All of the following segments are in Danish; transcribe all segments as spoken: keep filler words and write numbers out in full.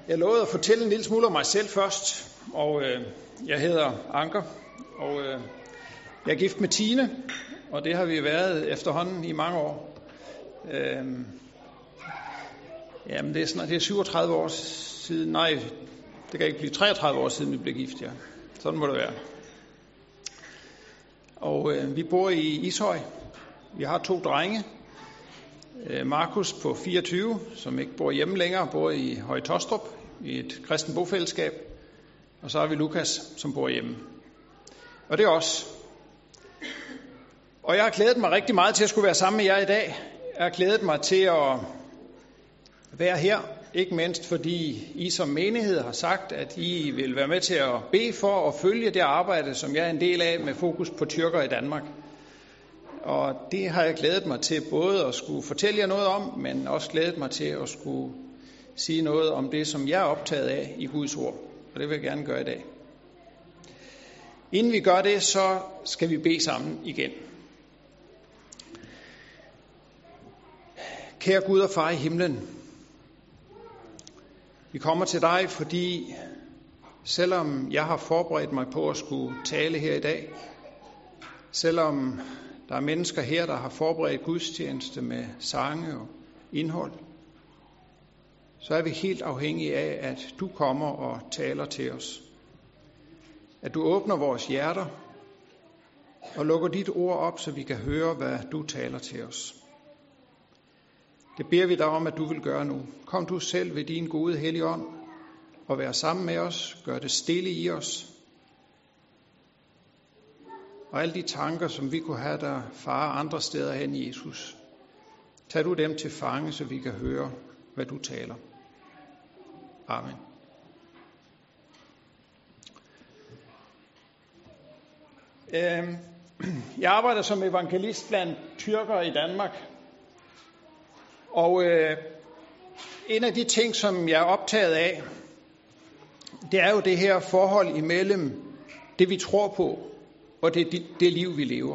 Jeg lovede at fortælle en lille smule om mig selv først, og øh, jeg hedder Anker, og øh, jeg er gift med Tine, og det har vi været efterhånden i mange år. Øh, jamen det er, snart, det er syvogtredive år siden, nej, det kan ikke blive treogtredive år siden vi blev gift, ja. Sådan må det være. Og øh, vi bor i Ishøj. Vi har to drenge. Markus på fireogtyve, som ikke bor hjemme længere, bor i Høje Taastrup i et kristent bofællesskab. Og så har vi Lukas, som bor hjemme. Og det er os. Og jeg har glædet mig rigtig meget til at skulle være sammen med jer i dag. Jeg har glædet mig til at være her, ikke mindst fordi I som menighed har sagt, at I vil være med til at bede for at følge det arbejde, som jeg er en del af med fokus på tyrker i Danmark. Og det har jeg glædet mig til både at skulle fortælle jer noget om, men også glædet mig til at skulle sige noget om det, som jeg er optaget af i Guds ord. Og det vil jeg gerne gøre i dag. Inden vi gør det, så skal vi bede sammen igen. Kære Gud og Far i himlen, vi kommer til dig, fordi selvom jeg har forberedt mig på at skulle tale her i dag, selvom der er mennesker her, der har forberedt gudstjeneste med sange og indhold, så er vi helt afhængige af, at du kommer og taler til os. At du åbner vores hjerter og lukker dit ord op, så vi kan høre, hvad du taler til os. Det beder vi dig om, at du vil gøre nu. Kom du selv ved din gode hellige ånd og vær sammen med os. Gør det stille i os. Og alle de tanker, som vi kunne have, der farer andre steder hen i Jesus, tag du dem til fange, så vi kan høre, hvad du taler. Amen. Jeg arbejder som evangelist blandt tyrkere i Danmark. Og øh, en af de ting, som jeg er optaget af, det er jo det her forhold imellem det, vi tror på, og det, det, det liv, vi lever.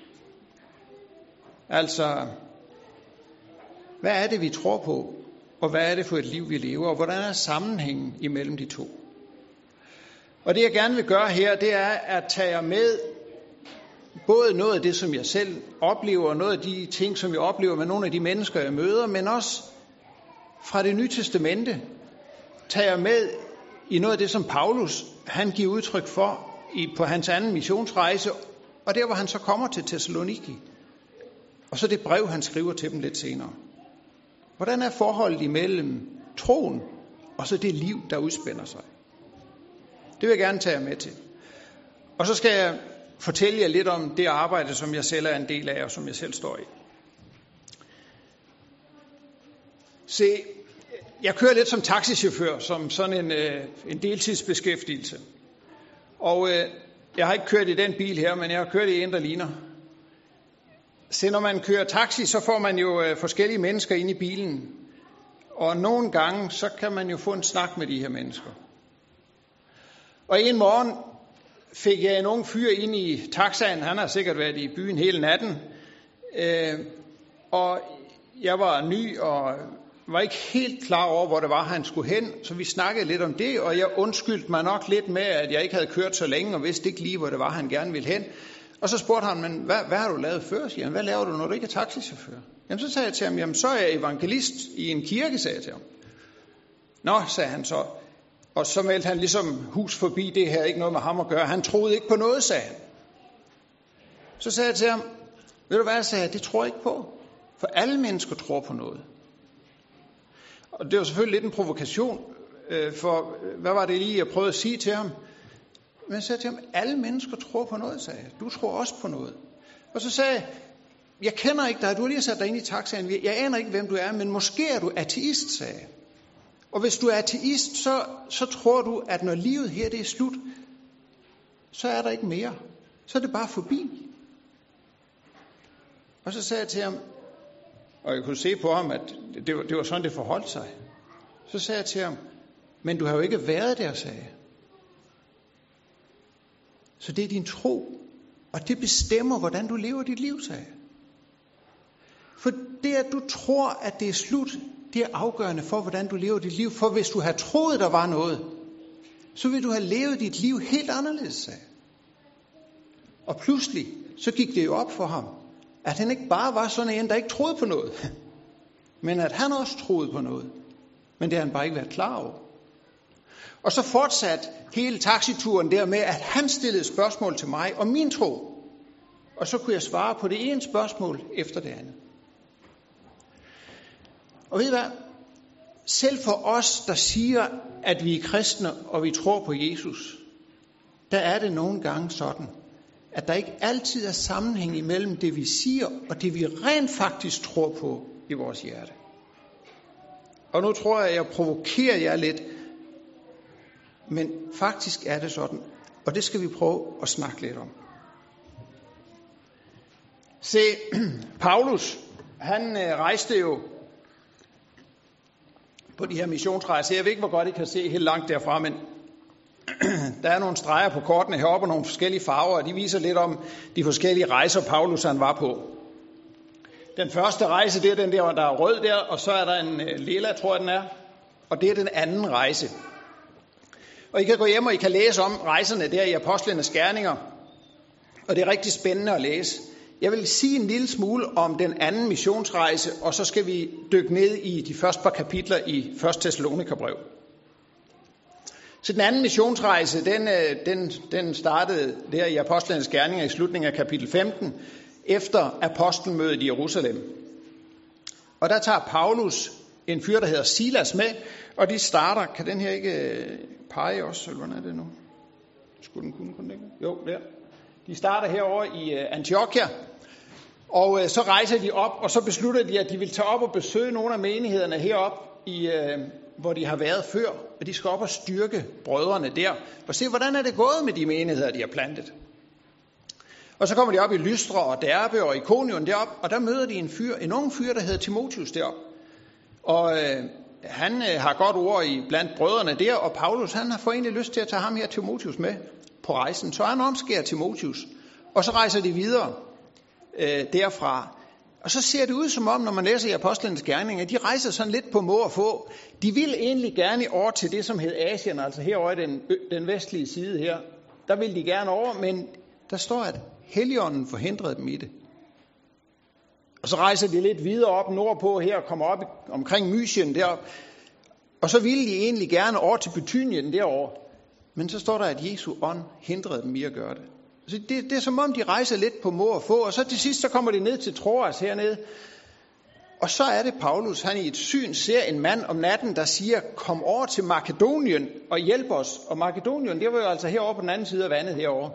Altså, hvad er det, vi tror på, og hvad er det for et liv, vi lever, og hvordan er sammenhængen imellem de to? Og det, jeg gerne vil gøre her, det er at tage jer med både noget af det, som jeg selv oplever, og noget af de ting, som jeg oplever med nogle af de mennesker, jeg møder, men også fra Det Nye Testamente, tage jer med i noget af det, som Paulus, han giver udtryk for i, på hans anden missionsrejse, og der, hvor han så kommer til Thessaloniki. Og så det brev, han skriver til dem lidt senere. Hvordan er forholdet imellem troen og så det liv, der udspænder sig? Det vil jeg gerne tage jer med til. Og så skal jeg fortælle jer lidt om det arbejde, som jeg selv er en del af, og som jeg selv står i. Se, jeg kører lidt som taxichauffør, som sådan en, en deltidsbeskæftigelse. Og øh, jeg har ikke kørt i den bil her, men jeg har kørt i en, der ligner. Se, når man kører taxi, så får man jo øh, forskellige mennesker ind i bilen. Og nogle gange, så kan man jo få en snak med de her mennesker. Og en morgen fik jeg en ung fyr ind i taxaen. Han har sikkert været i byen hele natten. Øh, og jeg var ny og var ikke helt klar over, hvor det var, han skulle hen. Så vi snakkede lidt om det, og jeg undskyldte mig nok lidt med, at jeg ikke havde kørt så længe, og vidste ikke lige, hvor det var, han gerne ville hen. Og så spurgte han, men hvad, hvad har du lavet før? Siger han, hvad laver du, når du ikke er taxichauffør? Jamen så sagde jeg til ham, jamen så er jeg evangelist i en kirke, sagde jeg til ham. Nå, sagde han så. Og så meldte han ligesom hus forbi, det her ikke noget med ham at gøre. Han troede ikke på noget, sagde han. Så sagde jeg til ham, ved du hvad, jeg sagde, det tror jeg ikke på. For alle mennesker tror på noget. Og det var selvfølgelig lidt en provokation, for hvad var det lige, jeg prøvede at sige til ham? Men jeg sagde til ham, alle mennesker tror på noget, sagde jeg. Du tror også på noget. Og så sagde jeg, jeg kender ikke dig, du har lige sat dig ind i taxaen. Jeg aner ikke, hvem du er, men måske er du ateist, sagde jeg. Og hvis du er ateist, så, så tror du, at når livet her det er slut, så er der ikke mere. Så er det bare forbi. Og så sagde jeg til ham, og jeg kunne se på ham, at det var, det var sådan, det forholdt sig. Så sagde jeg til ham, men du har jo ikke været der, sagde jeg. Så det er din tro, og det bestemmer, hvordan du lever dit liv, sagde jeg. For det, at du tror, at det er slut, det er afgørende for, hvordan du lever dit liv. For hvis du havde troet, der var noget, så ville du have levet dit liv helt anderledes. Og pludselig, så gik det jo op for ham, at han ikke bare var sådan en, der ikke troede på noget, men at han også troede på noget. Men det har han bare ikke været klar over. Og så fortsatte hele taxituren der med, at han stillede spørgsmål til mig om min tro. Og så kunne jeg svare på det ene spørgsmål efter det andet. Og ved I hvad? Selv for os, der siger, at vi er kristne, og vi tror på Jesus, der er det nogle gange sådan, at der ikke altid er sammenhæng imellem det, vi siger, og det, vi rent faktisk tror på i vores hjerte. Og nu tror jeg, at jeg provokerer jer lidt, men faktisk er det sådan, og det skal vi prøve at snakke lidt om. Se, Paulus, han rejste jo på de her missionsrejser. Jeg ved ikke, hvor godt I kan se helt langt derfra, men der er nogle streger på kortene heroppe og nogle forskellige farver, og de viser lidt om de forskellige rejser, Paulus han var på. Den første rejse, det er den der, der er rød der, og så er der en lilla, tror jeg den er, og det er den anden rejse. Og I kan gå hjem, og I kan læse om rejserne der i Apostlenes Gerninger, og det er rigtig spændende at læse. Jeg vil sige en lille smule om den anden missionsrejse, og så skal vi dykke ned i de første par kapitler i første Thessalonikerbrev. Så den anden missionsrejse, den, den, den startede der i Apostlenes Gerninger i slutningen af kapitel femten, efter apostelmødet i Jerusalem. Og der tager Paulus en fyr, der hedder Silas med, og de starter, kan den her ikke pege også, eller hvordan er det nu? Skulle den kunne kunne det? Jo, der. De starter herovre i Antiochia, og så rejser de op, og så beslutter de, at de vil tage op og besøge nogle af menighederne heroppe, i, hvor de har været før, og de skal op og styrke brødrene der, og se, hvordan er det gået med de menigheder, de har plantet. Og så kommer de op i Lystra og Derbe og Ikonion derop, og der møder de en fyr, en ung fyr, der hedder Timotheus derop. Og øh, han øh, har godt ord i blandt brødrene der, og Paulus, han har fået egentlig lyst til at tage ham her Timotheus med på rejsen. Så han omskærer Timotheus, og så rejser de videre øh, derfra. Og så ser det ud som om, når man læser i Apostlenes Gerninger, de rejser sådan lidt på må og få. De vil egentlig gerne over til det, som hed Asien, altså herovre i den, den vestlige side her. Der vil de gerne over, men der står, at Helligånden forhindrede dem i det. Og så rejser de lidt videre op nordpå her, og kommer op omkring Mysien derop. Og så ville de egentlig gerne over til Bithynien derovre. Men så står der, at Jesu ånd hindrede dem i at gøre det. Så det, det er som om, de rejser lidt på må og få. Og så til sidst, så kommer de ned til Troas hernede. Og så er det Paulus, han i et syn ser en mand om natten, der siger, kom over til Makedonien og hjælp os. Og Makedonien, det var jo altså herovre på den anden side af vandet herovre.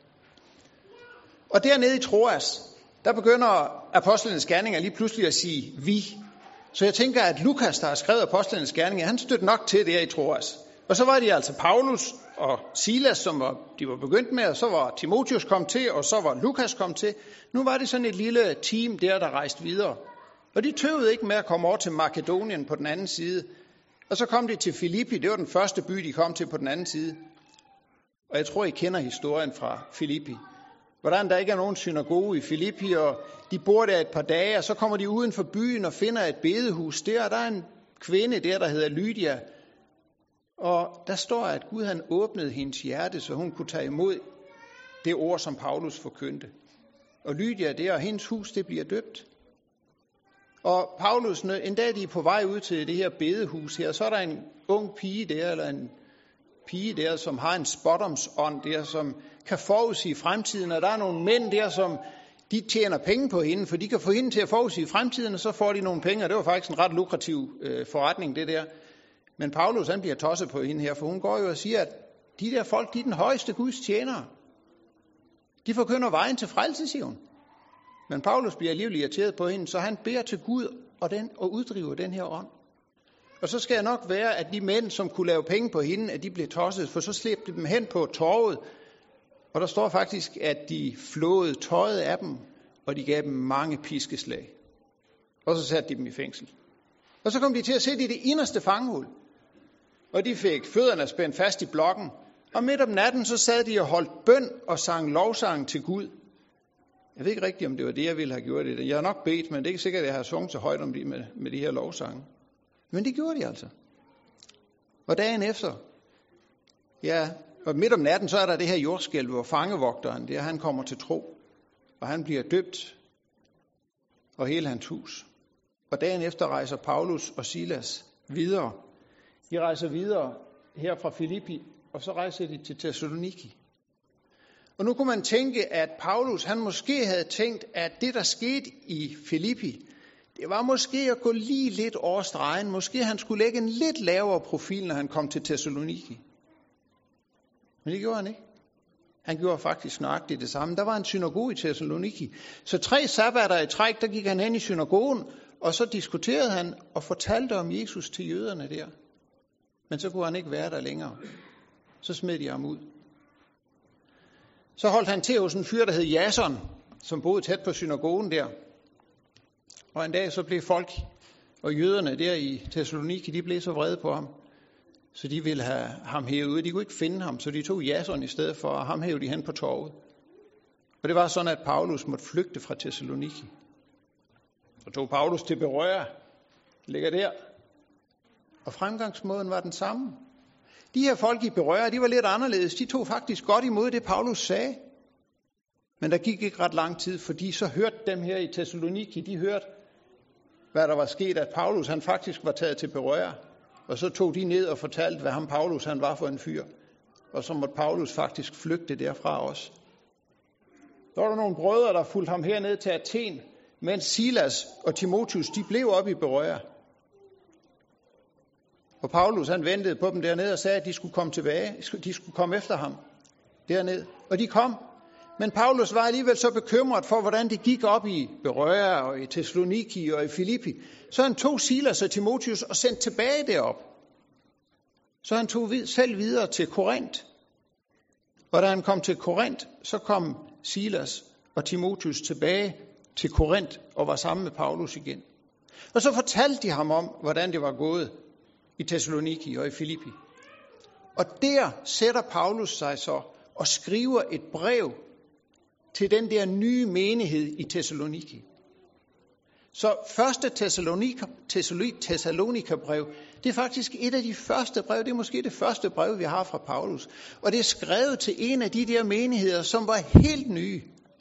Og dernede i Troas, der begynder Apostlenes Gerninger lige pludselig at sige vi. Så jeg tænker, at Lukas, der har skrevet Apostlenes Gerninger, han stødte nok til der i Troas. Og så var de altså Paulus og Silas, som var, de var begyndt med, og så var Timotheus kom til, og så var Lukas kom til. Nu var det sådan et lille team der, der rejste videre. Og de tøvede ikke med at komme over til Makedonien på den anden side. Og så kom de til Filippi, det var den første by, de kom til på den anden side. Og jeg tror, I kender historien fra Filippi. Hvordan der ikke er nogen synagoge i Filippi, og de bor der et par dage, og så kommer de uden for byen og finder et bedehus der, og der er en kvinde der, der hedder Lydia. Og der står, at Gud han åbnede hendes hjerte, så hun kunne tage imod det ord, som Paulus forkyndte. Og Lydia der, og hendes hus, det bliver døbt. Og Paulus, en dag de er på vej ud til det her bedehus her, så er der en ung pige der, eller en pige der, som har en spådomsånd der, som kan forudsige fremtiden, og der er nogle mænd der, som de tjener penge på hende, for de kan få hende til at forudsige fremtiden, og så får de nogle penge, og det var faktisk en ret lukrativ øh, forretning, det der. Men Paulus, han bliver tosset på hende her, for hun går jo og siger, at de der folk, de er den højeste Guds tjenere. De forkynder vejen til frelse, siger hun. Men Paulus bliver alligevel irriteret på hende, så han beder til Gud og, den, og uddriver den her ånd. Og så skal jeg nok være, at de mænd, som kunne lave penge på hende, at de blev tosset, for så slæbte de dem hen på torvet, og der står faktisk, at de flåede tøjet af dem, og de gav dem mange piskeslag. Og så satte de dem i fængsel. Og så kom de til at sidde i det inderste fangehul. Og de fik fødderne spændt fast i blokken. Og midt om natten, så sad de og holdt bøn og sang lovsang til Gud. Jeg ved ikke rigtigt, om det var det, jeg ville have gjort det. Jeg har nok bedt, men det er ikke sikkert, at jeg har sunget så højt om det med, med de her lovsange. Men det gjorde de altså. Og dagen efter, ja, og midt om natten, så er der det her jordskælv, hvor fangevogteren, der han kommer til tro, og han bliver døbt, og hele hans hus. Og dagen efter rejser Paulus og Silas videre. De rejser videre her fra Filippi, og så rejser de til Thessaloniki. Og nu kunne man tænke, at Paulus, han måske havde tænkt, at det, der skete i Filippi, det var måske at gå lige lidt over stregen. Måske han skulle lægge en lidt lavere profil, når han kom til Thessaloniki. Men det gjorde han ikke. Han gjorde faktisk nøjagtigt det samme. Der var en synagoge i Thessaloniki. Så tre sabbater i træk, der gik han hen i synagogen, og så diskuterede han og fortalte om Jesus til jøderne der. Men så kunne han ikke være der længere. Så smed de ham ud. Så holdt han til hos en fyr, der hed Jason, som boede tæt på synagogen der. Og en dag så blev folk og jøderne der i Thessaloniki, de blev så vrede på ham. Så de ville have ham hævet ud. De kunne ikke finde ham, så de tog Jason i stedet for, og ham hævde de hen på torvet. Og det var sådan, at Paulus måtte flygte fra Thessaloniki. Så tog Paulus til Berøa, ligger der. Og fremgangsmåden var den samme. De her folk i Berøa, de var lidt anderledes. De tog faktisk godt imod det, Paulus sagde. Men der gik ikke ret lang tid, fordi så hørte dem her i Thessaloniki, de hørte, hvad der var sket, at Paulus han faktisk var taget til Berøa. Og så tog de ned og fortalte, hvad ham Paulus han var for en fyr. Og så måtte Paulus faktisk flygte derfra også. Der var der nogle brødre, der fulgte ham herned til Athen, mens Silas og Timotheus, de blev oppe i Berøa. Og Paulus han ventede på dem dernede og sagde, at de skulle komme tilbage, de skulle komme efter ham derned. Og de kom. Men Paulus var alligevel så bekymret for, hvordan det gik op i Berøa og i Thessaloniki og i Filippi. Så han tog Silas og Timotheus og sendte tilbage derop. Så han tog selv videre til Korinth. Og da han kom til Korinth, så kom Silas og Timotheus tilbage til Korinth og var sammen med Paulus igen. Og så fortalte de ham om, hvordan det var gået i Thessaloniki og i Filippi. Og der sætter Paulus sig så og skriver et brev til den der nye menighed i Thessaloniki. Så første Thessalonika, Thessalonika-brev, det er faktisk et af de første brev, det er måske det første brev, vi har fra Paulus. Og det er skrevet til en af de der menigheder, som var helt nye.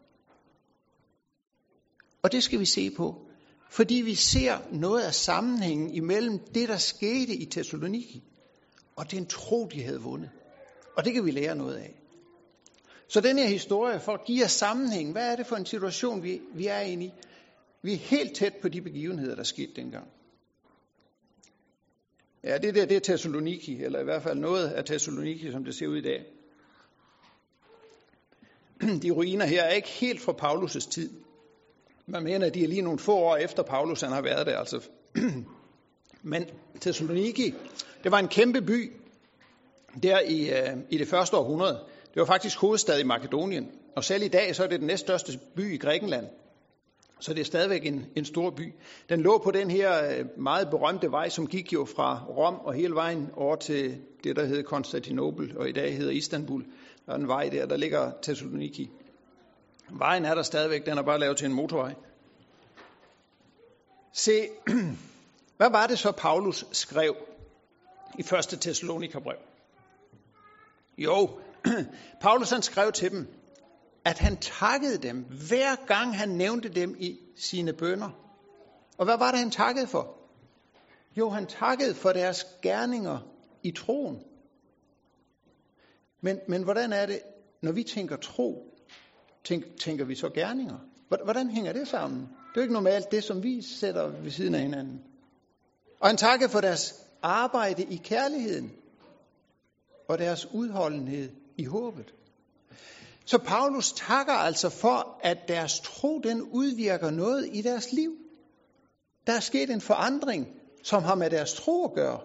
Og det skal vi se på, fordi vi ser noget af sammenhængen imellem det, der skete i Thessaloniki, og den tro, de havde vundet. Og det kan vi lære noget af. Så den her historie, for at give os sammenhæng, hvad er det for en situation, vi, vi er inde i? Vi er helt tæt på de begivenheder, der skete dengang. Ja, det der, det er Thessaloniki, eller i hvert fald noget af Thessaloniki, som det ser ud i dag. De ruiner her er ikke helt fra Paulus' tid. Man mener, at de er lige nogle få år efter Paulus, han har været der. Altså. Men Thessaloniki, det var en kæmpe by der i, i det første århundrede. Det var faktisk hovedstad i Makedonien. Og selv i dag, så er det den næststørste by i Grækenland. Så det er stadigvæk en, en stor by. Den lå på den her meget berømte vej, som gik jo fra Rom og hele vejen over til det, der hedder Konstantinopel, og i dag hedder Istanbul. Der er en vej der, der ligger Thessaloniki. Vejen er der stadigvæk, den er bare lavet til en motorvej. Se, hvad var det så, Paulus skrev i første Thessalonika-brev? Jo, Paulus han skrev til dem, at han takkede dem, hver gang han nævnte dem i sine bønner. Og hvad var det, han takkede for? Jo, han takkede for deres gerninger i troen. Men, men hvordan er det, når vi tænker tro, tænk, tænker vi så gerninger? Hvordan hænger det sammen? Det er jo ikke normalt det, som vi sætter ved siden af hinanden. Og han takkede for deres arbejde i kærligheden og deres udholdenhed i håbet. Så Paulus takker altså for, at deres tro, den udvirker noget i deres liv. Der er sket en forandring, som har med deres tro at gøre.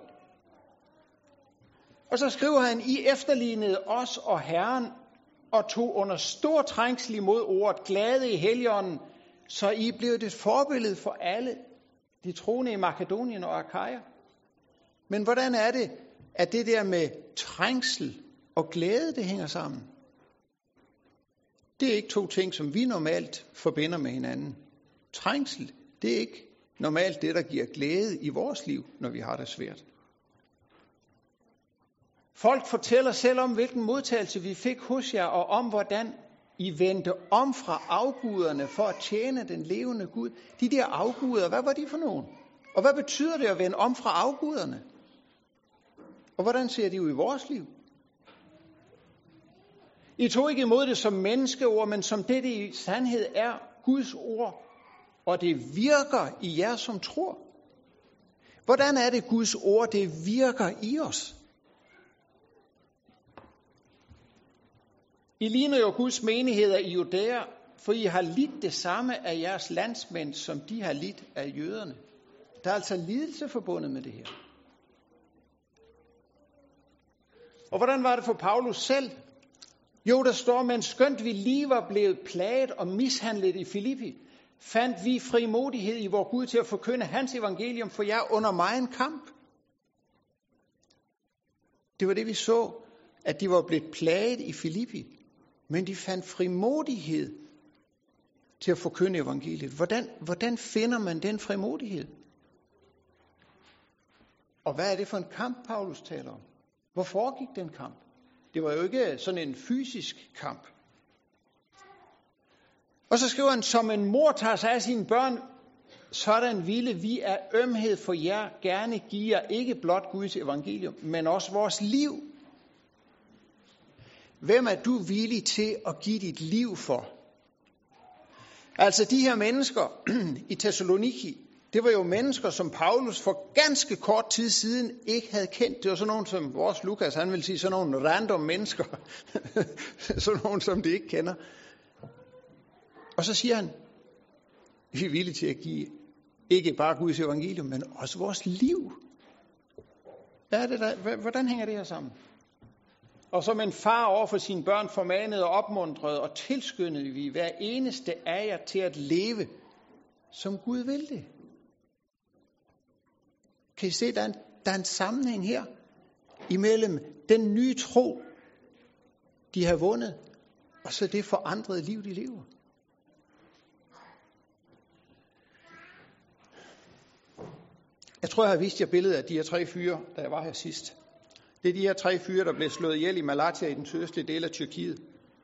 Og så skriver han, I efterlignede os og Herren, og tog under stor trængsel imod ordet, glade i Helligånden, så I blev det forbillede for alle de troende i Makedonien og Akaja. Men hvordan er det, at det der med trængsel og glæde, det hænger sammen? Det er ikke to ting, som vi normalt forbinder med hinanden. Trængsel, det er ikke normalt det, der giver glæde i vores liv, når vi har det svært. Folk fortæller selv om, hvilken modtagelse vi fik hos jer, og om hvordan I vendte om fra afguderne for at tjene den levende Gud. De der afguder, hvad var de for nogen? Og hvad betyder det at vende om fra afguderne? Og hvordan ser de ud i vores liv? I tog ikke imod det som menneskeord, men som det, det i sandhed er, Guds ord. Og det virker i jer, som tror. Hvordan er det Guds ord, det virker i os? I ligner jo Guds menigheder i Judæa, for I har lidt det samme af jeres landsmænd, som de har lidt af jøderne. Der er altså lidelse forbundet med det her. Og hvordan var det for Paulus selv? Jo, der står, men skønt vi lige var blevet plaget og mishandlet i Filippi, fandt vi frimodighed i vor Gud til at forkynde hans evangelium for jer under megen kamp. Det var det, vi så, at de var blevet plaget i Filippi, men de fandt frimodighed til at forkynde evangeliet. Hvordan, hvordan finder man den frimodighed? Og hvad er det for en kamp, Paulus taler om? Hvor foregik den kamp? Det var jo ikke sådan en fysisk kamp. Og så skriver han, som en mor tager sig af sine børn, sådan ville vi af ømhed for jer gerne give jer ikke blot Guds evangelium, men også vores liv. Hvem er du villig til at give dit liv for? Altså de her mennesker i Thessaloniki, det var jo mennesker, som Paulus for ganske kort tid siden ikke havde kendt. Det var sådan nogen som vores Lukas, han vil sige, sådan nogle random mennesker. Sådan nogen, som de ikke kender. Og så siger han, vi er villige til at give ikke bare Guds evangelium, men også vores liv. Hvad er det der? Hvordan hænger det her sammen? Og som en far over for sine børn formanede og opmuntrede og tilskyndede vi hver eneste af jer til at leve, som Gud vil det. Kan I se, der er en, der er en sammenhæng her imellem den nye tro, de har vundet, og så det forandrede liv, de lever. Jeg tror, jeg har vist jer billedet af de her tre fyre, da jeg var her sidst. Det er de her tre fyre, der blev slået ihjel i Malatya i den sydøstlige del af Tyrkiet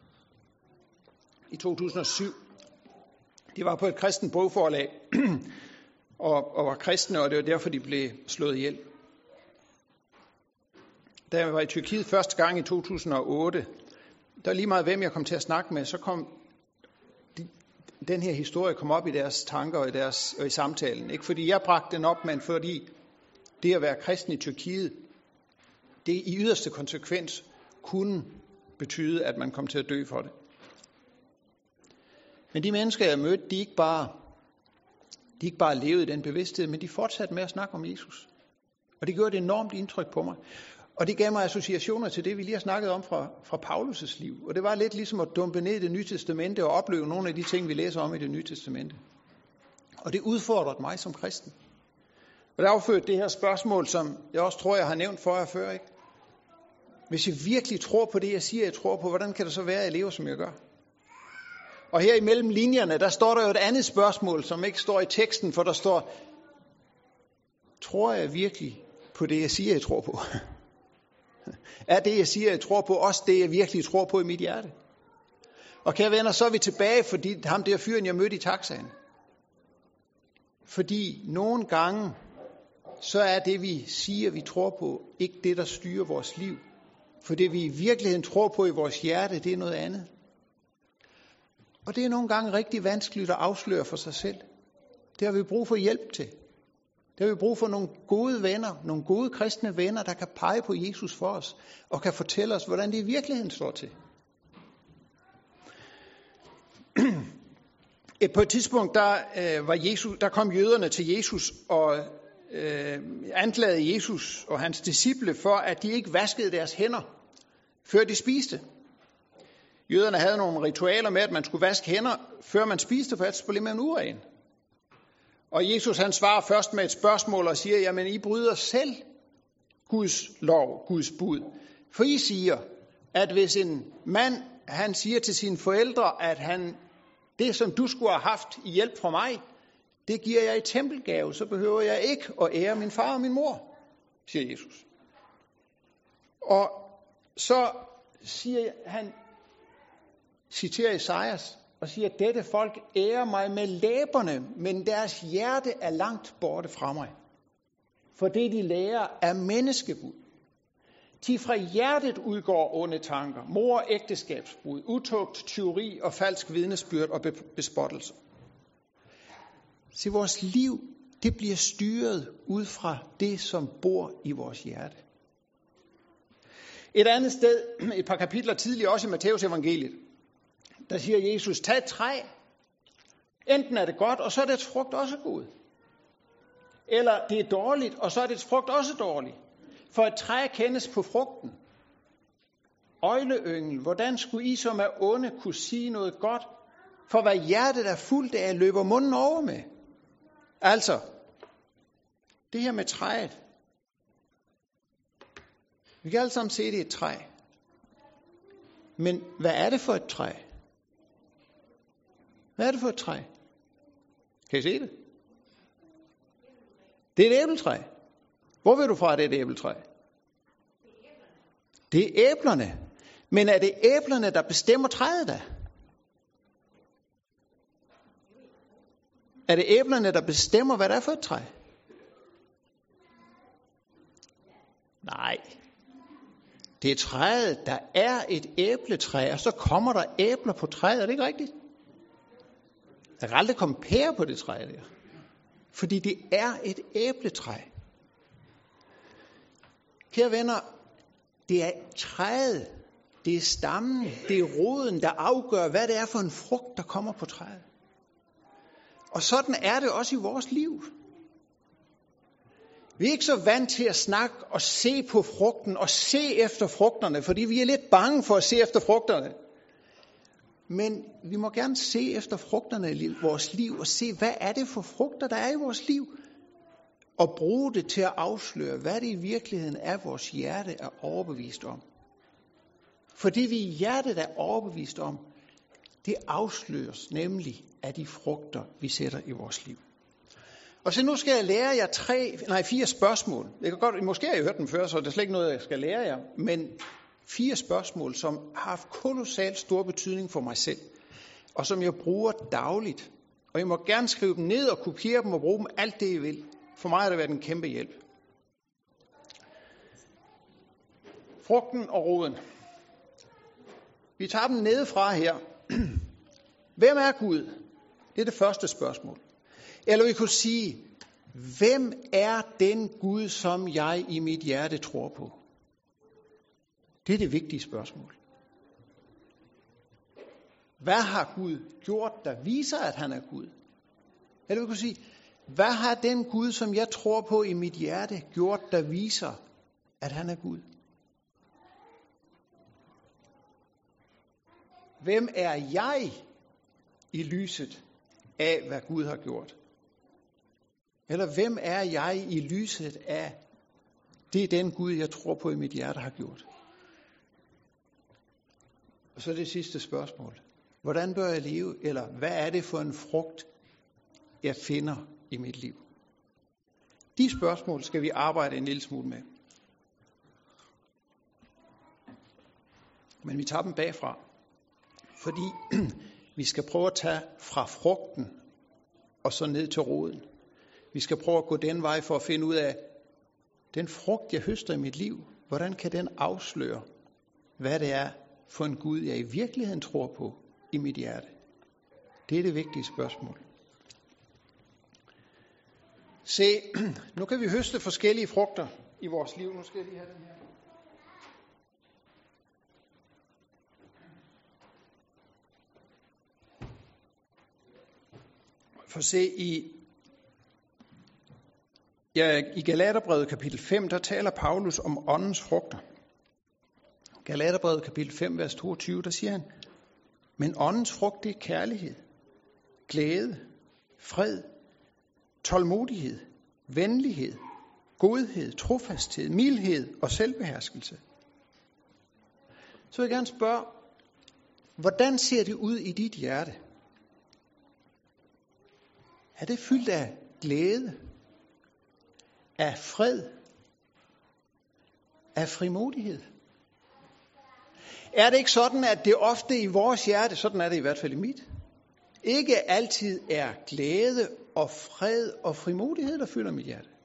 i to tusind og syv. De var på et kristen bogforlag og, og var kristne, og det var derfor, de blev slået ihjel. Da jeg var i Tyrkiet første gang i to tusind og otte, der var lige meget, hvem jeg kom til at snakke med, så kom de, den her historie kom op i deres tanker og i, deres, og i samtalen. Ikke fordi jeg bragte den op, men fordi det at være kristen i Tyrkiet, det i yderste konsekvens kunne betyde, at man kom til at dø for det. Men de mennesker, jeg mødte, de ikke bare, de ikke bare levede i den bevidsthed, men de fortsatte med at snakke om Jesus. Og det gjorde et enormt indtryk på mig. Og det gav mig associationer til det, vi lige har snakket om fra, fra Paulus' liv. Og det var lidt ligesom at dumpe ned i Det Nye Testamente og opleve nogle af de ting, vi læser om i Det Nye Testamente. Og det udfordrede mig som kristen. Og det affødte det her spørgsmål, som jeg også tror, jeg har nævnt for jer før, ikke? Hvis jeg virkelig tror på det, jeg siger, jeg tror på, hvordan kan det så være, at jeg lever, som jeg gør? Og her imellem linjerne, der står der jo et andet spørgsmål, som ikke står i teksten, for der står, tror jeg virkelig på det, jeg siger, jeg tror på? Er det, jeg siger, jeg tror på, også det, jeg virkelig tror på i mit hjerte? Og kære venner, så er vi tilbage, fordi ham der fyren, jeg mødte i taxaen. Fordi nogle gange, så er det, vi siger, vi tror på, ikke det, der styrer vores liv. For det, vi i virkeligheden tror på i vores hjerte, det er noget andet. Og det er nogle gange rigtig vanskeligt at afsløre for sig selv. Det har vi brug for hjælp til. Det har vi brug for nogle gode venner, nogle gode kristne venner, der kan pege på Jesus for os, og kan fortælle os, hvordan det i virkeligheden står til. På et tidspunkt, der, øh, var Jesus, der kom jøderne til Jesus og øh, anklagede Jesus og hans disciple for, at de ikke vaskede deres hænder, før de spiste. Jøderne havde nogle ritualer med, at man skulle vaske hænder, før man spiste, for ellers blev man uren. Og Jesus han svarer først med et spørgsmål og siger, jamen I bryder selv Guds lov, Guds bud. For I siger, at hvis en mand, han siger til sine forældre, at han, det som du skulle have haft i hjælp fra mig, det giver jeg i tempelgave, så behøver jeg ikke at ære min far og min mor, siger Jesus. Og så siger han, citerer Esajas, og siger, at dette folk ærer mig med læberne, men deres hjerte er langt borte fra mig. For det, de lærer, er menneskebud. De fra hjertet udgår onde tanker, mor, ægteskabsbrud, utugt, tyveri og falsk vidnesbyrd og bespottelse. Så vores liv, det bliver styret ud fra det, som bor i vores hjerte. Et andet sted, et par kapitler tidligere, også i Matteus evangeliet, der siger Jesus, tag et træ. Enten er det godt, og så er dets frugt også god. Eller det er dårligt, og så er dets frugt også dårlig. For et træ kendes på frugten. Øgleyngel, hvordan skulle I, som er onde, kunne sige noget godt? For hvad hjertet er fuldt af, løber munden over med. Altså, det her med træet. Vi kan alle sammen se, det er et træ. Men hvad er det for et træ? Hvad er det for et træ? Kan I se det? Det er et æbletræ. Hvor ved du fra, at det er et æbletræ? Det er æblerne. Men er det æblerne, der bestemmer træet da? Er det æblerne, der bestemmer, hvad det er for et træ? Nej. Det er træet, der er et æbletræ, og så kommer der æbler på træet. Er det ikke rigtigt? Der kan aldrig komme pærer på det træ der. Fordi det er et æbletræ. Kære venner, det er træet, det er stammen, det er roden, der afgør, hvad det er for en frugt, der kommer på træet. Og sådan er det også i vores liv. Vi er ikke så vant til at snakke og se på frugten og se efter frugterne, fordi vi er lidt bange for at se efter frugterne. Men vi må gerne se efter frugterne i vores liv og se, hvad er det for frugter, der er i vores liv. Og bruge det til at afsløre, hvad det i virkeligheden er, vores hjerte er overbevist om. For det vi i hjertet er overbevist om, det afsløres nemlig af de frugter, vi sætter i vores liv. Og så nu skal jeg lære jer tre, nej, fire spørgsmål. Jeg kan godt, måske har I hørt dem før, så det er slet ikke noget, jeg skal lære jer. Men fire spørgsmål, som har haft kolossalt stor betydning for mig selv. Og som jeg bruger dagligt. Og I må gerne skrive dem ned og kopiere dem og bruge dem alt det, I vil. For mig har det været en kæmpe hjælp. Frugten og roden. Vi tager dem nedefra her. Hvem er Gud? Det er det første spørgsmål. Eller vi kunne sige, hvem er den Gud, som jeg i mit hjerte tror på? Det er det vigtige spørgsmål. Hvad har Gud gjort, der viser, at han er Gud? Eller vi kunne sige, hvad har den Gud, som jeg tror på i mit hjerte, gjort, der viser, at han er Gud? Hvem er jeg i lyset af, hvad Gud har gjort? Eller hvem er jeg i lyset af, det er den Gud, jeg tror på i mit hjerte har gjort? Og så det sidste spørgsmål. Hvordan bør jeg leve? Eller hvad er det for en frugt, jeg finder i mit liv? De spørgsmål skal vi arbejde en lille smule med. Men vi tager dem bagfra. Fordi vi skal prøve at tage fra frugten og så ned til roden. Vi skal prøve at gå den vej for at finde ud af, den frugt, jeg høster i mit liv, hvordan kan den afsløre, hvad det er for en Gud, jeg i virkeligheden tror på i mit hjerte? Det er det vigtige spørgsmål. Se, nu kan vi høste forskellige frugter i vores liv. Nu skal jeg lige have den her. For se, i, ja, i Galaterbrevet kapitel fem, der taler Paulus om åndens frugter. Galaterbrevet kapitel fem, vers toogtyve, der siger han, men åndens frugt, det er kærlighed, glæde, fred, tålmodighed, venlighed, godhed, trofasthed, mildhed og selvbeherskelse. Så vil jeg gerne spørge, hvordan ser det ud i dit hjerte? Er det fyldt af glæde, af fred, af frimodighed? Er det ikke sådan, at det ofte i vores hjerte, sådan er det i hvert fald i mit, ikke altid er glæde og fred og frimodighed, der fylder mit hjerte?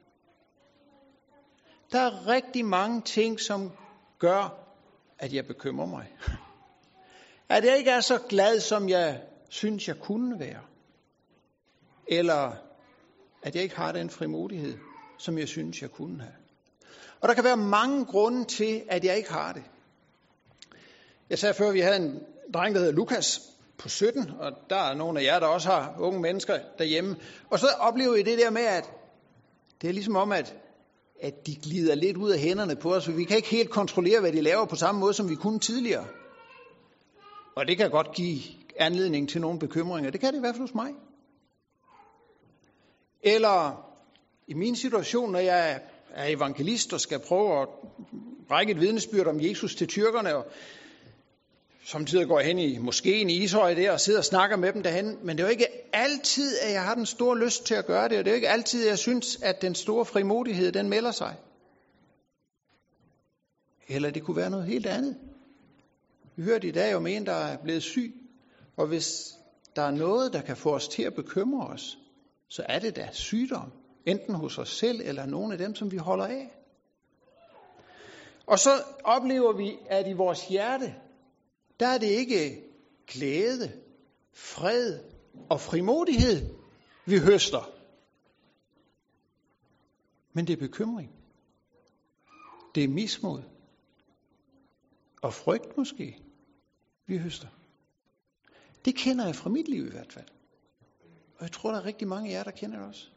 Der er rigtig mange ting, som gør, at jeg bekymrer mig. At jeg ikke er så glad, som jeg synes, jeg kunne være. Eller at jeg ikke har den frimodighed, som jeg synes, jeg kunne have. Og der kan være mange grunde til, at jeg ikke har det. Jeg sagde før, at vi havde en dreng, der hedder Lukas på sytten, og der er nogle af jer, der også har unge mennesker derhjemme. Og så oplever I det der med, at det er ligesom om, at, at de glider lidt ud af hænderne på os, for vi kan ikke helt kontrollere, hvad de laver på samme måde, som vi kunne tidligere. Og det kan godt give anledning til nogle bekymringer. Det kan det i hvert fald hos mig. Eller i min situation, når jeg er evangelist og skal prøve at række et vidnesbyrd om Jesus til tyrkerne, og samtidig går jeg hen i moskéen i Ishøj der og sidder og snakker med dem derhen. Men det er jo ikke altid, at jeg har den store lyst til at gøre det, og det er jo ikke altid, at jeg synes, at den store frimodighed, den melder sig. Eller det kunne være noget helt andet. Vi hørte i dag om en, der er blevet syg, og hvis der er noget, der kan få os til at bekymre os, så er det da sygdom, enten hos os selv eller nogen af dem, som vi holder af. Og så oplever vi, at i vores hjerte, der er det ikke glæde, fred og frimodighed, vi høster. Men det er bekymring. Det er mismod. Og frygt måske, vi høster. Det kender jeg fra mit liv i hvert fald. Og jeg tror, der er rigtig mange af jer, der kender det også.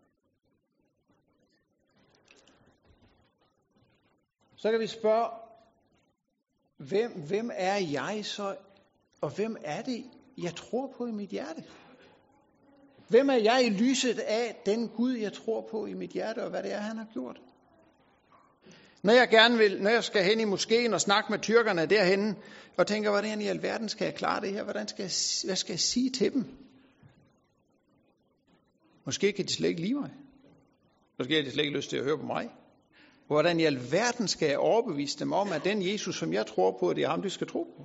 Så kan vi spørge, hvem, hvem er jeg så, og hvem er det, jeg tror på i mit hjerte? Hvem er jeg i lyset af den Gud, jeg tror på i mit hjerte, og hvad det er, han har gjort? Når jeg gerne vil, når jeg skal hen i moskéen og snakke med tyrkerne derhenne, og tænker, hvordan i alverden skal jeg klare det her? Hvordan skal jeg, hvad skal jeg sige til dem? Måske kan de slet ikke lide mig. Måske har de slet ikke lyst til at høre på mig. Hvordan i alverden skal jeg overbevise dem om, at den Jesus, som jeg tror på, det er ham, de skal tro på?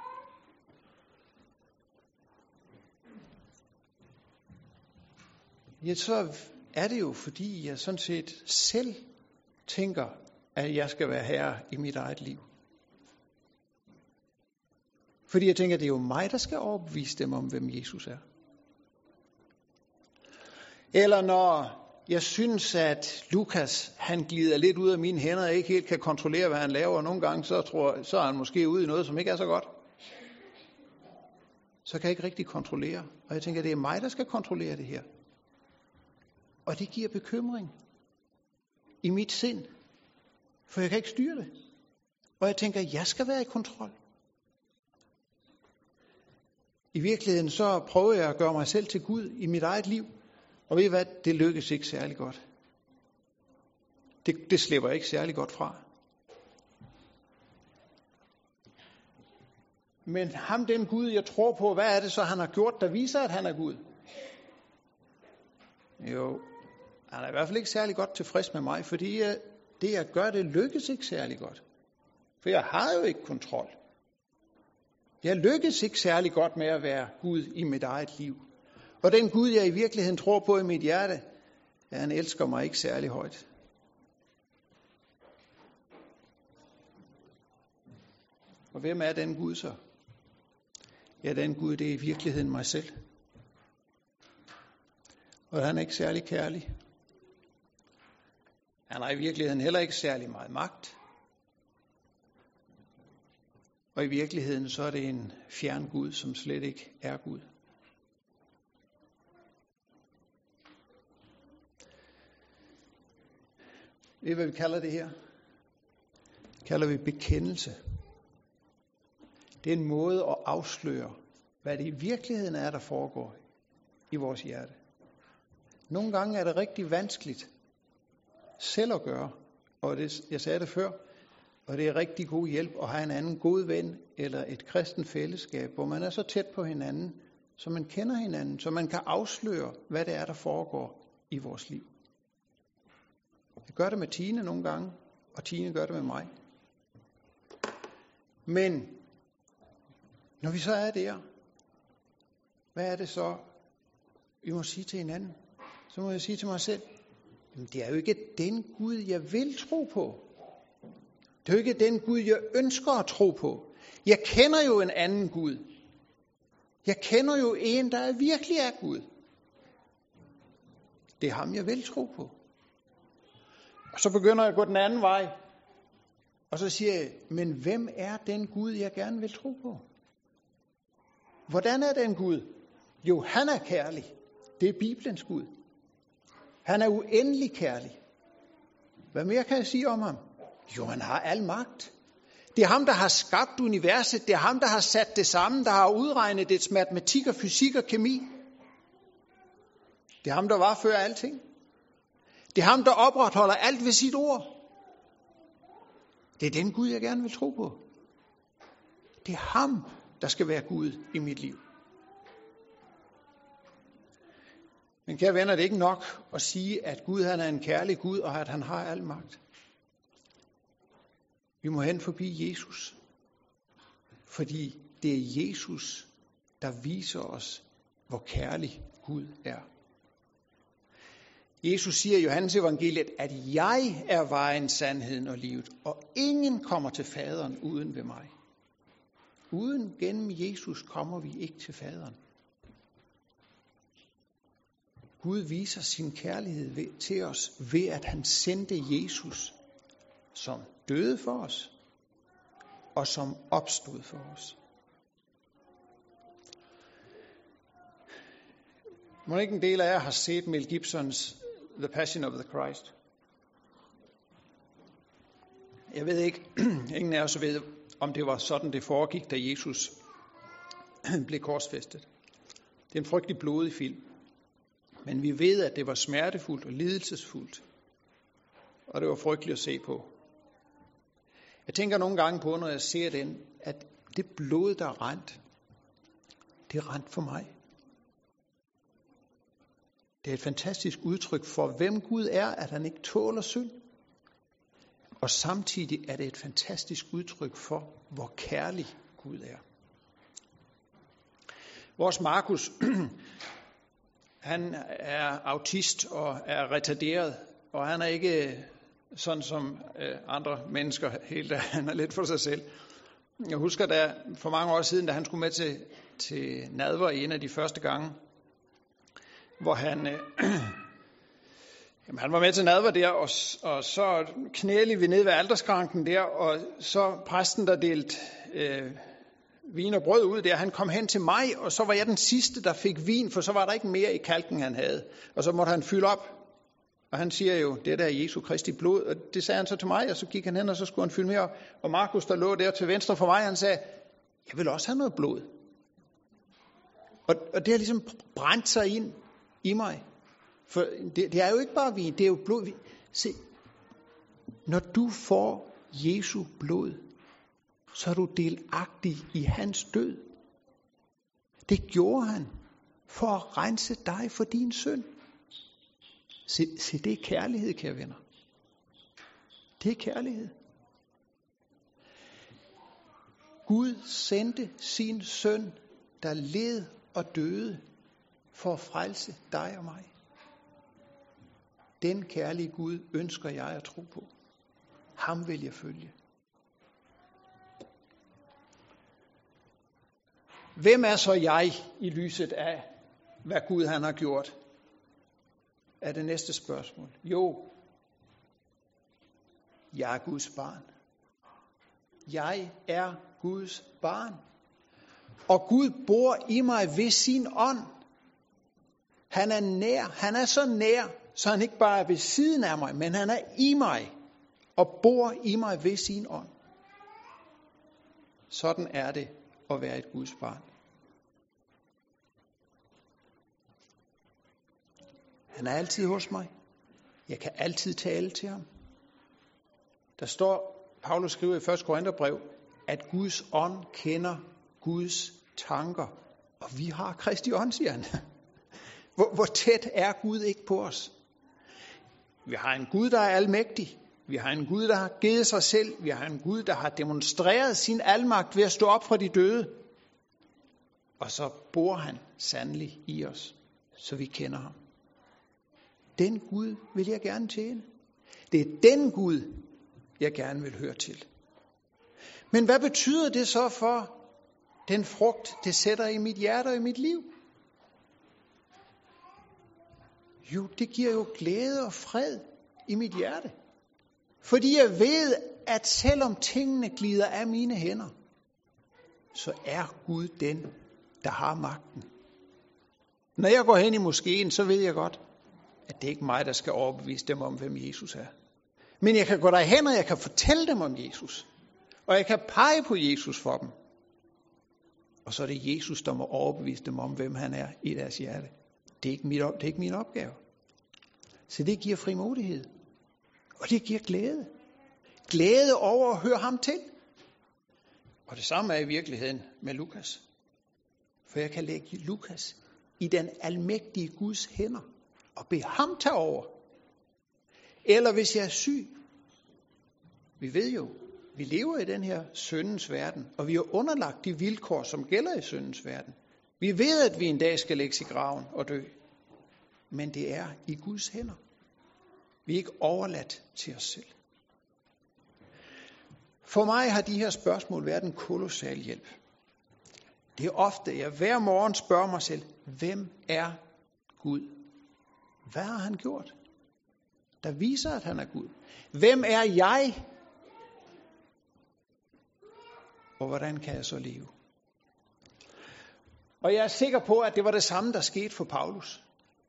Ja, så er det jo, fordi jeg sådan set selv tænker, at jeg skal være herre i mit eget liv. Fordi jeg tænker, at det er jo mig, der skal overbevise dem om, hvem Jesus er. Eller når jeg synes, at Lukas, han glider lidt ud af mine hænder, og ikke helt kan kontrollere, hvad han laver, og nogle gange, så, tror, så er han måske ude i noget, som ikke er så godt. Så kan jeg ikke rigtig kontrollere. Og jeg tænker, at det er mig, der skal kontrollere det her. Og det giver bekymring i mit sind. For jeg kan ikke styre det. Og jeg tænker, at jeg skal være i kontrol. I virkeligheden så prøver jeg at gøre mig selv til Gud i mit eget liv. Og ved I hvad, det lykkes ikke særlig godt. Det, det slipper jeg ikke særlig godt fra. Men ham, den Gud, jeg tror på, hvad er det så, han har gjort, der viser, at han er Gud? Jo, han er i hvert fald ikke særlig godt tilfreds med mig, fordi jeg, det, jeg gør, det lykkes ikke særlig godt. For jeg har jo ikke kontrol. Jeg lykkes ikke særlig godt med at være Gud i mit eget liv. Og den Gud, jeg i virkeligheden tror på i mit hjerte, ja, han elsker mig ikke særlig højt. Og hvem er den Gud så? Ja, den Gud, det er i virkeligheden mig selv. Og han er ikke særlig kærlig. Han har i virkeligheden heller ikke særlig meget magt. Og i virkeligheden så er det en fjern Gud, som slet ikke er Gud. Ved I, hvad vi kalder det her? Det kalder vi bekendelse. Det er en måde at afsløre, hvad det i virkeligheden er, der foregår i vores hjerte. Nogle gange er det rigtig vanskeligt selv at gøre, og det, jeg sagde det før, og det er rigtig god hjælp at have en anden god ven, eller et kristent fællesskab, hvor man er så tæt på hinanden, så man kender hinanden, så man kan afsløre, hvad det er, der foregår i vores liv. Jeg gør det med Tine nogle gange, og Tine gør det med mig. Men når vi så er der, hvad er det så, vi må sige til hinanden? Så må jeg sige til mig selv, jamen det er jo ikke den Gud, jeg vil tro på. Det er jo ikke den Gud, jeg ønsker at tro på. Jeg kender jo en anden Gud. Jeg kender jo en, der virkelig er Gud. Det er ham, jeg vil tro på. Og så begynder jeg at gå den anden vej. Og så siger jeg, men hvem er den Gud, jeg gerne vil tro på? Hvordan er den Gud? Jo, han er kærlig. Det er Bibelens Gud. Han er uendelig kærlig. Hvad mere kan jeg sige om ham? Jo, han har al magt. Det er ham, der har skabt universet. Det er ham, der har sat det sammen, der har udregnet dets matematik og fysik og kemi. Det er ham, der var før alting. Det er ham, der opretholder alt ved sit ord. Det er den Gud, jeg gerne vil tro på. Det er ham, der skal være Gud i mit liv. Men kære venner, det er ikke nok at sige, at Gud han er en kærlig Gud, og at han har al magt. Vi må hen forbi Jesus. Fordi det er Jesus, der viser os, hvor kærlig Gud er. Jesus siger i Johannes evangeliet, at jeg er vejen, sandheden og livet, og ingen kommer til faderen uden ved mig. Uden gennem Jesus kommer vi ikke til faderen. Gud viser sin kærlighed ved, til os ved, at han sendte Jesus, som døde for os, og som opstod for os. Må ikke en del af jer har set Mel Gibsons The Passion of the Christ? Jeg ved ikke, ingen af os ved, om det var sådan, det foregik, da Jesus blev korsfæstet. Det er en frygtelig blodig film. Men vi ved, at det var smertefuldt og lidelsesfuldt. Og det var frygteligt at se på. Jeg tænker nogle gange på, når jeg ser den, at det blod, der rent, det er rent for mig. Det er et fantastisk udtryk for, hvem Gud er, at han ikke tåler synd. Og samtidig er det et fantastisk udtryk for, hvor kærlig Gud er. Vores Markus, han er autist og er retarderet, og han er ikke sådan som andre mennesker helt, han er lidt for sig selv. Jeg husker da for mange år siden, da han skulle med til, til nadver en af de første gange, hvor han, øh, jamen, han var med til nadver der, og, og så knælede vi ned ved alderskranken der, og så præsten, der delte øh, vin og brød ud der, han kom hen til mig, og så var jeg den sidste, der fik vin, for så var der ikke mere i kalken, han havde. Og så måtte han fylde op, og han siger jo, det der er Jesu Kristi blod, og det sagde han så til mig, og så gik han hen, og så skulle han fylde mere op. Og Markus, der lå der til venstre for mig, han sagde, jeg vil også have noget blod. Og, og det har ligesom brændt sig ind i mig. For det, det er jo ikke bare vin, det er jo blod. Se, når du får Jesu blod, så er du delagtig i hans død. Det gjorde han for at rense dig for din synd. Se, se det er kærlighed, kære venner. Det er kærlighed. Gud sendte sin søn, der led og døde, for at frelse dig og mig. Den kærlige Gud ønsker jeg at tro på. Ham vil jeg følge. Hvem er så jeg i lyset af, hvad Gud han har gjort? Er det næste spørgsmål. Jo, jeg er Guds barn. Jeg er Guds barn. Og Gud bor i mig ved sin ånd. Han er nær. Han er så nær, så han ikke bare er ved siden af mig, men han er i mig og bor i mig ved sin ånd. Sådan er det at være et Guds barn. Han er altid hos mig. Jeg kan altid tale til ham. Der står, Paulus skriver i første Korintherbrev, at Guds ånd kender Guds tanker Og vi har Kristi ånd, siger han. Hvor, hvor tæt er Gud ikke på os? Vi har en Gud, der er almægtig. Vi har en Gud, der har givet sig selv. Vi har en Gud, der har demonstreret sin almagt ved at stå op fra de døde. Og så bor han sandelig i os, så vi kender ham. Den Gud vil jeg gerne tjene. Det er den Gud, jeg gerne vil høre til. Men hvad betyder det så for den frugt, det sætter i mit hjerte og i mit liv? Jo, det giver jo glæde og fred i mit hjerte. Fordi jeg ved, at selvom tingene glider af mine hænder, så er Gud den, der har magten. Når jeg går hen i moskeen, så ved jeg godt, at det ikke er mig, der skal overbevise dem om, hvem Jesus er. Men jeg kan gå derhen, og jeg kan fortælle dem om Jesus. Og jeg kan pege på Jesus for dem. Og så er det Jesus, der må overbevise dem om, hvem han er i deres hjerte. Det er ikke, mit, det er ikke min opgave. Så det giver frimodighed. Og det giver glæde. Glæde over at høre ham til. Og det samme er i virkeligheden med Lukas. For jeg kan lægge Lukas i den almægtige Guds hænder og bede ham tage over. Eller hvis jeg er syg. Vi ved jo, vi lever i den her syndens verden, og vi er underlagt de vilkår, som gælder i syndens verden. Vi ved, at vi en dag skal lægges i graven og dø. Men det er i Guds hænder. Vi er ikke overladt til os selv. For mig har de her spørgsmål været en kolossal hjælp. Det er ofte, jeg hver morgen spørger mig selv, hvem er Gud? Hvad har han gjort, der viser, at han er Gud? Hvem er jeg? Og hvordan kan jeg så leve? Og jeg er sikker på, at det var det samme, der skete for Paulus.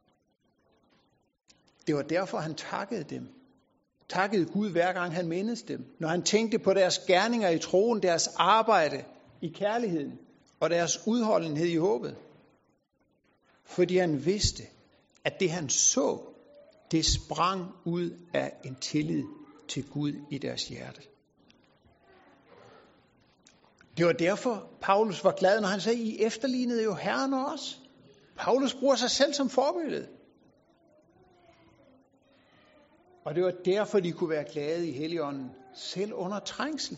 Det var derfor, han takkede dem. Takkede Gud hver gang han mindes dem. Når han tænkte på deres gerninger i troen, deres arbejde i kærligheden og deres udholdenhed i håbet. Fordi han vidste, at det han så, det sprang ud af en tillid til Gud i deres hjerte. Det var derfor, Paulus var glad, når han sagde, I efterlignede jo Herren og os. Paulus bruger sig selv som forbillede. Og det var derfor, de kunne være glade i Helligånden, selv under trængsel.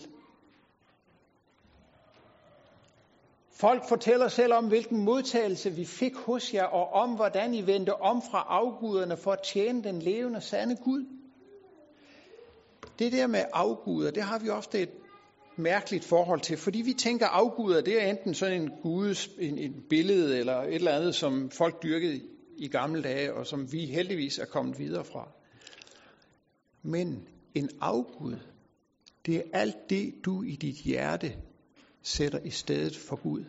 Folk fortæller selv om, hvilken modtagelse vi fik hos jer, og om, hvordan I vendte om fra afguderne for at tjene den levende, sande Gud. Det der med afguder, det har vi ofte et mærkeligt forhold til, fordi vi tænker, afguder, det er enten sådan en gudes, en, en billede, eller et eller andet, som folk dyrkede i gamle dage, og som vi heldigvis er kommet videre fra. Men en afgud, det er alt det, du i dit hjerte sætter i stedet for Gud.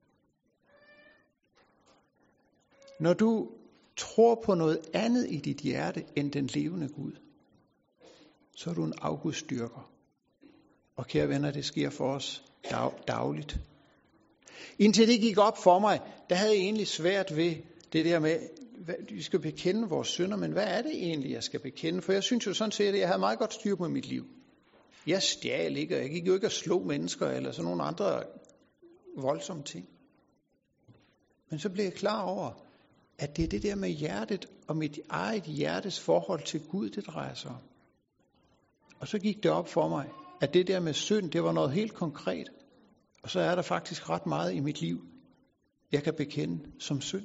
Når du tror på noget andet i dit hjerte end den levende Gud, så er du en afgudstyrker. Og kære venner, det sker for os dag, dagligt. Indtil det gik op for mig, der havde jeg egentlig svært ved det der med, vi skal bekende vores synder, men hvad er det egentlig, jeg skal bekende? For jeg synes jo sådan set, at jeg havde meget godt styr på mit liv. Jeg stjal ikke, og jeg gik jo ikke at slå mennesker, eller sådan nogle andre voldsomme ting. Men så blev jeg klar over, at det er det der med hjertet, og mit eget hjertes forhold til Gud, det drejer sig om. Og så gik det op for mig, at det der med synd, det var noget helt konkret. Og så er der faktisk ret meget i mit liv, jeg kan bekende som synd.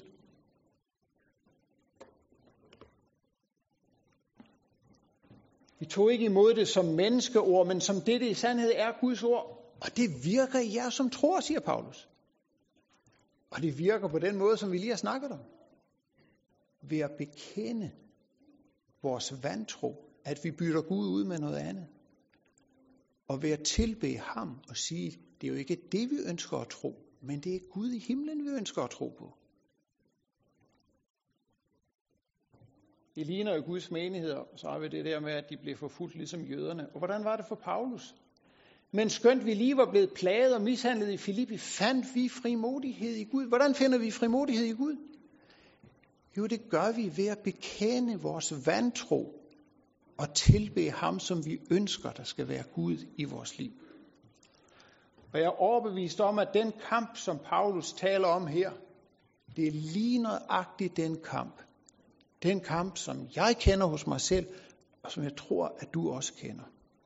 Vi tog ikke imod det som menneskeord, men som det, det i sandhed er Guds ord. Og det virker i jer, som tror, siger Paulus. Og det virker på den måde, som vi lige har snakket om. Ved at bekende vores vantro, at vi bytter Gud ud med noget andet. Og ved at tilbede ham og sige, det er jo ikke det, vi ønsker at tro, men det er Gud i himlen, vi ønsker at tro på. Det ligner jo Guds menigheder, så har vi det der med, at de blev forfulgt ligesom jøderne. Og hvordan var det for Paulus? Men skønt vi lige var blevet plaget og mishandlet i Filippi, fandt vi frimodighed i Gud. Hvordan finder vi frimodighed i Gud? Jo, det gør vi ved at bekende vores vantro og tilbede ham, som vi ønsker, der skal være Gud i vores liv. Og jeg er overbevist om, at den kamp, som Paulus taler om her, det er lige nøjagtigt den kamp. Den kamp, som jeg kender hos mig selv, og som jeg tror, at du også kender.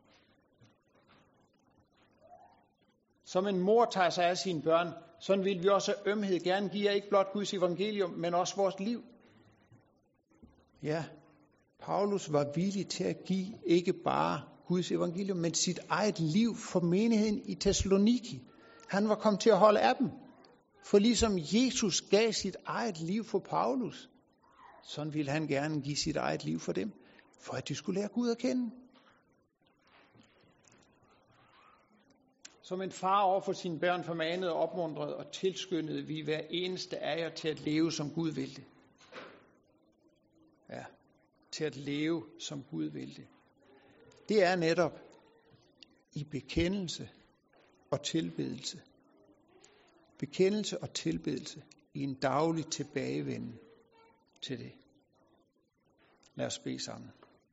Som en mor tager sig af sine børn, sådan vil vi også af ømhed gerne give jer ikke blot Guds evangelium, men også vores liv. Ja, Paulus var villig til at give ikke bare Guds evangelium, men sit eget liv for menigheden i Thessaloniki. Han var kommet til at holde af dem. For ligesom Jesus gav sit eget liv for Paulus, sådan ville han gerne give sit eget liv for dem, for at de skulle lære Gud at kende. Som en far over for sine børn formanede, opmuntrede og tilskyndede vi hver eneste af jer til at leve, som Gud vil det. Ja, til at leve, som Gud vil det. Det er netop i bekendelse og tilbedelse. Bekendelse og tilbedelse i en daglig tilbagevenden til det. Lad os bede sammen.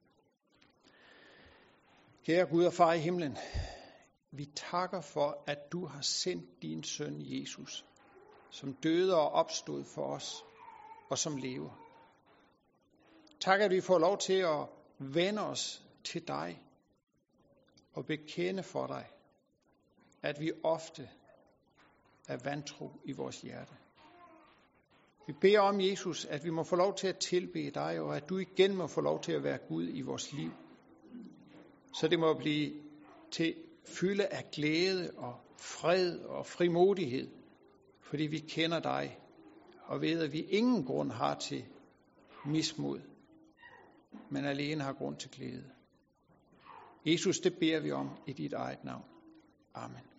Kære Gud og Far i himlen, vi takker for, at du har sendt din søn Jesus, som døde og opstod for os, og som lever. Tak, at vi får lov til at vende os til dig, og bekende for dig, at vi ofte er vantro i vores hjerte. Vi beder om, Jesus, at vi må få lov til at tilbede dig, og at du igen må få lov til at være Gud i vores liv. Så det må blive til fylde af glæde og fred og frimodighed, fordi vi kender dig, og ved, at vi ingen grund har til mismod, men alene har grund til glæde. Jesus, det beder vi om i dit eget navn. Amen.